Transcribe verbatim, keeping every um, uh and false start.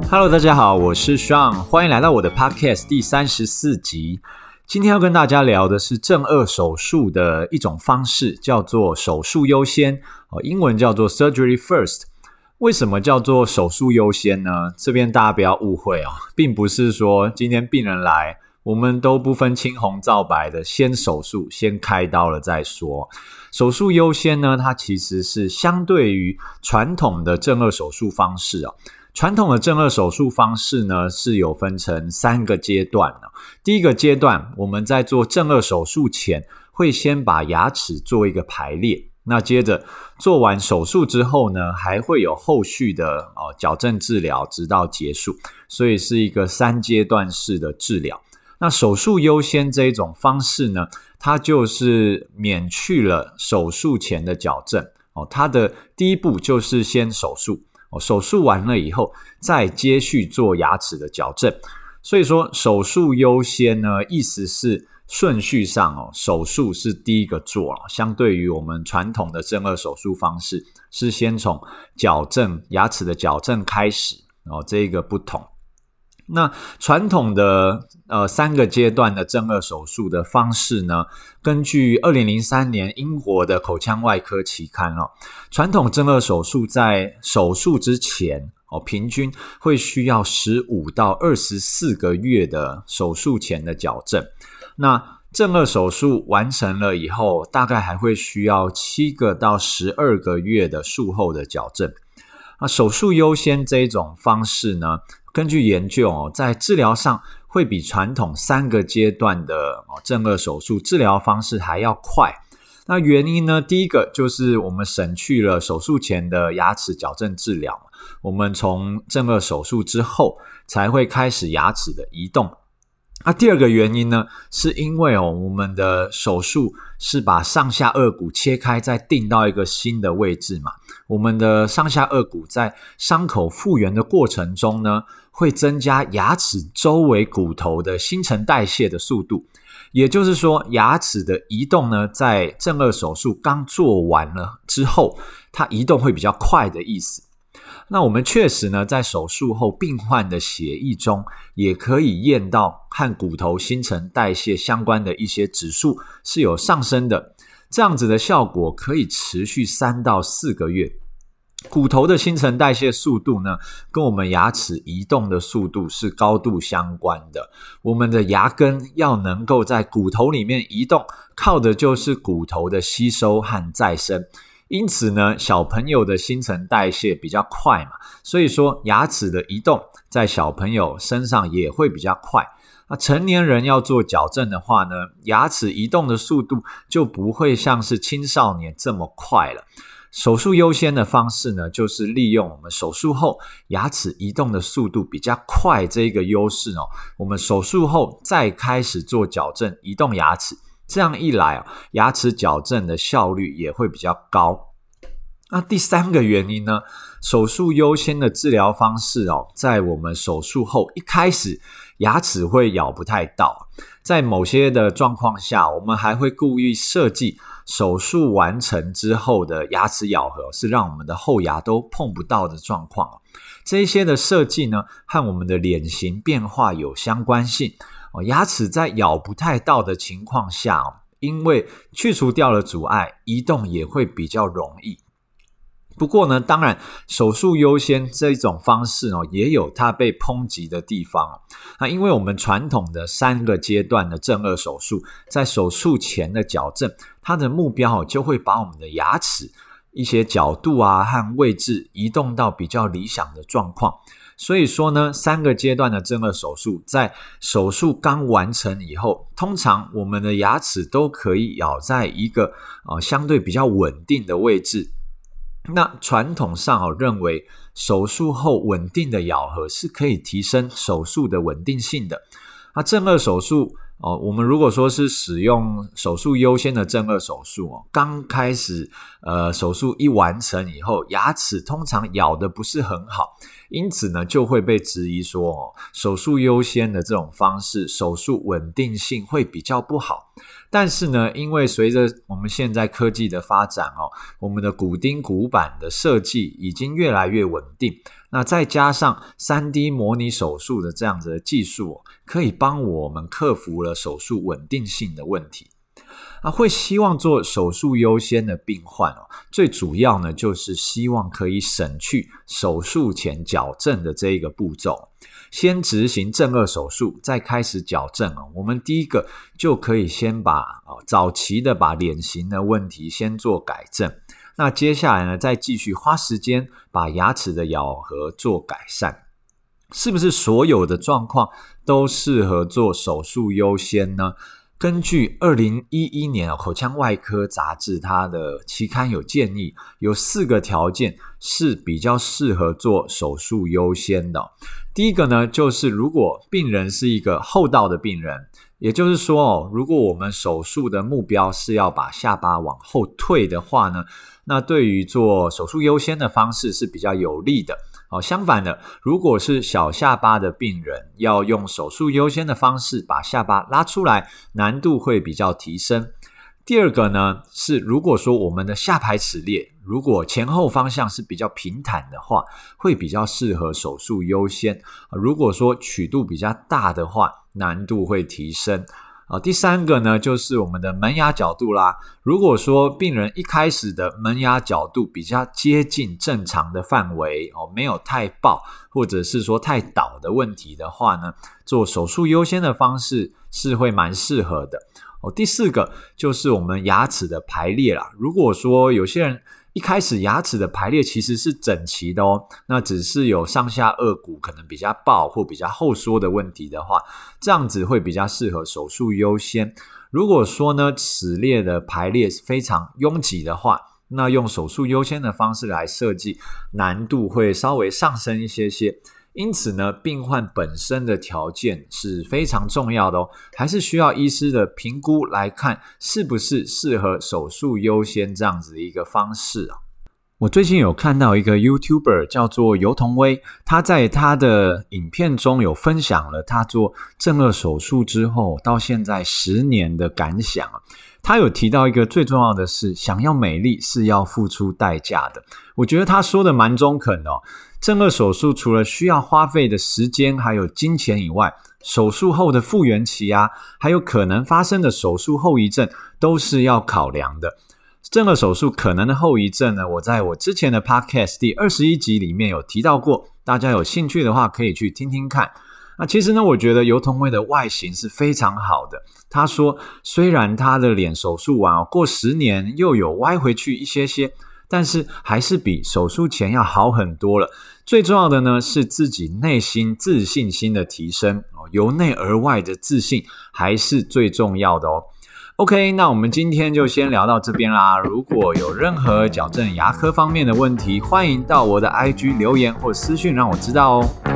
Hello， 大家好，我是 Sean， 欢迎来到我的 Podcast 第三十四集。今天要跟大家聊的是正颚手术的一种方式，叫做手术优先，英文叫做 Surgery First。为什么叫做手术优先呢？这边大家不要误会哦，并不是说今天病人来，我们都不分青红皂白的先手术，先开刀了再说。手术优先呢，它其实是相对于传统的正颚手术方式哦。传统的正颚手术方式呢，是有分成三个阶段的。第一个阶段，我们在做正颚手术前，会先把牙齿做一个排列。那接着做完手术之后呢，还会有后续的、哦、矫正治疗，直到结束。所以是一个三阶段式的治疗。那手术优先这一种方式呢，它就是免去了手术前的矫正。哦、它的第一步就是先手术。手术完了以后再接续做牙齿的矫正，所以说手术优先呢，意思是顺序上哦，手术是第一个做，相对于我们传统的正颚手术方式是先从矫正牙齿的矫正开始哦，这个不同。那传统的呃三个阶段的正颚手术的方式呢，根据二零零三年英国的口腔外科期刊哦，传统正颚手术在手术之前哦，平均会需要十五到二十四个月的手术前的矫正。那正颚手术完成了以后，大概还会需要七个到十二个月的术后的矫正。那手术优先这一种方式呢，根据研究哦，在治疗上会比传统三个阶段的正颚手术治疗方式还要快。那原因呢，第一个就是我们省去了手术前的牙齿矫正治疗，我们从正颚手术之后才会开始牙齿的移动。那第二个原因呢，是因为哦，我们的手术是把上下颚骨切开，再定到一个新的位置嘛。我们的上下颚骨在伤口复原的过程中呢，会增加牙齿周围骨头的新陈代谢的速度。也就是说，牙齿的移动呢，在正颚手术刚做完了之后，它移动会比较快的意思。那我们确实呢，在手术后病患的血液中也可以验到和骨头新陈代谢相关的一些指数是有上升的，这样子的效果可以持续三到四个月。骨头的新陈代谢速度呢，跟我们牙齿移动的速度是高度相关的。我们的牙根要能够在骨头里面移动，靠的就是骨头的吸收和再生。因此呢，小朋友的新陈代谢比较快嘛，所以说牙齿的移动在小朋友身上也会比较快。那成年人要做矫正的话呢，牙齿移动的速度就不会像是青少年这么快了。手术优先的方式呢，就是利用我们手术后牙齿移动的速度比较快这个优势哦，我们手术后再开始做矫正移动牙齿。这样一来、啊、牙齿矫正的效率也会比较高。那第三个原因呢，手术优先的治疗方式哦，在我们手术后一开始牙齿会咬不太到，在某些的状况下，我们还会故意设计手术完成之后的牙齿咬合是让我们的后牙都碰不到的状况。这一些的设计呢，和我们的脸型变化有相关性。牙齿在咬不太到的情况下，因为去除掉了阻碍，移动也会比较容易。不过呢，当然手术优先这种方式哦，也有它被抨击的地方。那因为我们传统的三个阶段的正颚手术，在手术前的矫正，它的目标就会把我们的牙齿一些角度啊和位置移动到比较理想的状况。所以说呢，三个阶段的正颚手术在手术刚完成以后，通常我们的牙齿都可以咬在一个、呃、相对比较稳定的位置。那传统上、哦、认为手术后稳定的咬合是可以提升手术的稳定性的。那正颚手术哦，我们如果说是使用手术优先的正颚手术哦，刚开始呃手术一完成以后，牙齿通常咬得不是很好，因此呢就会被质疑说哦，手术优先的这种方式手术稳定性会比较不好。但是呢，因为随着我们现在科技的发展哦，我们的骨钉骨板的设计已经越来越稳定， 那再加上 三 D 模拟手术的这样子的技术，可以帮我们克服了手术稳定性的问题。啊，会希望做手术优先的病患哦，最主要呢就是希望可以省去手术前矫正的这一个步骤，先执行正颌手术，再开始矫正哦。我们第一个就可以先把、哦、早期的把脸型的问题先做改正，那接下来呢再继续花时间把牙齿的咬合做改善。是不是所有的状况都适合做手术优先呢？根据二零一一年口腔外科杂志它的期刊有建议，有四个条件是比较适合做手术优先的。第一个呢，就是如果病人是一个后道的病人，也就是说哦，如果我们手术的目标是要把下巴往后退的话呢，那对于做手术优先的方式是比较有利的。好，相反的，如果是小下巴的病人，要用手术优先的方式把下巴拉出来，难度会比较提升。第二个呢，是如果说我们的下排齿列如果前后方向是比较平坦的话，会比较适合手术优先。如果说曲度比较大的话，难度会提升。啊，第三个呢，就是我们的门牙角度啦。如果说病人一开始的门牙角度比较接近正常的范围，哦，没有太爆或者是说太倒的问题的话呢，做手术优先的方式是会蛮适合的。哦，第四个就是我们牙齿的排列啦。如果说有些人一开始牙齿的排列其实是整齐的哦，那只是有上下颚骨可能比较爆或比较后缩的问题的话，这样子会比较适合手术优先。如果说呢齿列的排列非常拥挤的话，那用手术优先的方式来设计，难度会稍微上升一些些。因此呢，病患本身的条件是非常重要的哦，还是需要医师的评估来看是不是适合手术优先这样子的一个方式啊。我最近有看到一个 YouTuber 叫做尤童威，他在他的影片中有分享了他做正颚手术之后到现在十年的感想。他有提到一个最重要的是，想要美丽是要付出代价的。我觉得他说的蛮中肯的哦。正颚手术除了需要花费的时间还有金钱以外，手术后的复原期啊，还有可能发生的手术后遗症都是要考量的。正颚手术可能的后遗症呢，我在我之前的 Podcast 第二十一集里面有提到过，大家有兴趣的话可以去听听看。那其实呢，我觉得尤童威的外形是非常好的。他说，虽然他的脸手术完哦，过十年又有歪回去一些些，但是还是比手术前要好很多了。最重要的呢，是自己内心自信心的提升，由内而外的自信还是最重要的哦。OK， 那我们今天就先聊到这边啦。如果有任何矫正牙科方面的问题，欢迎到我的 I G 留言或私讯让我知道哦。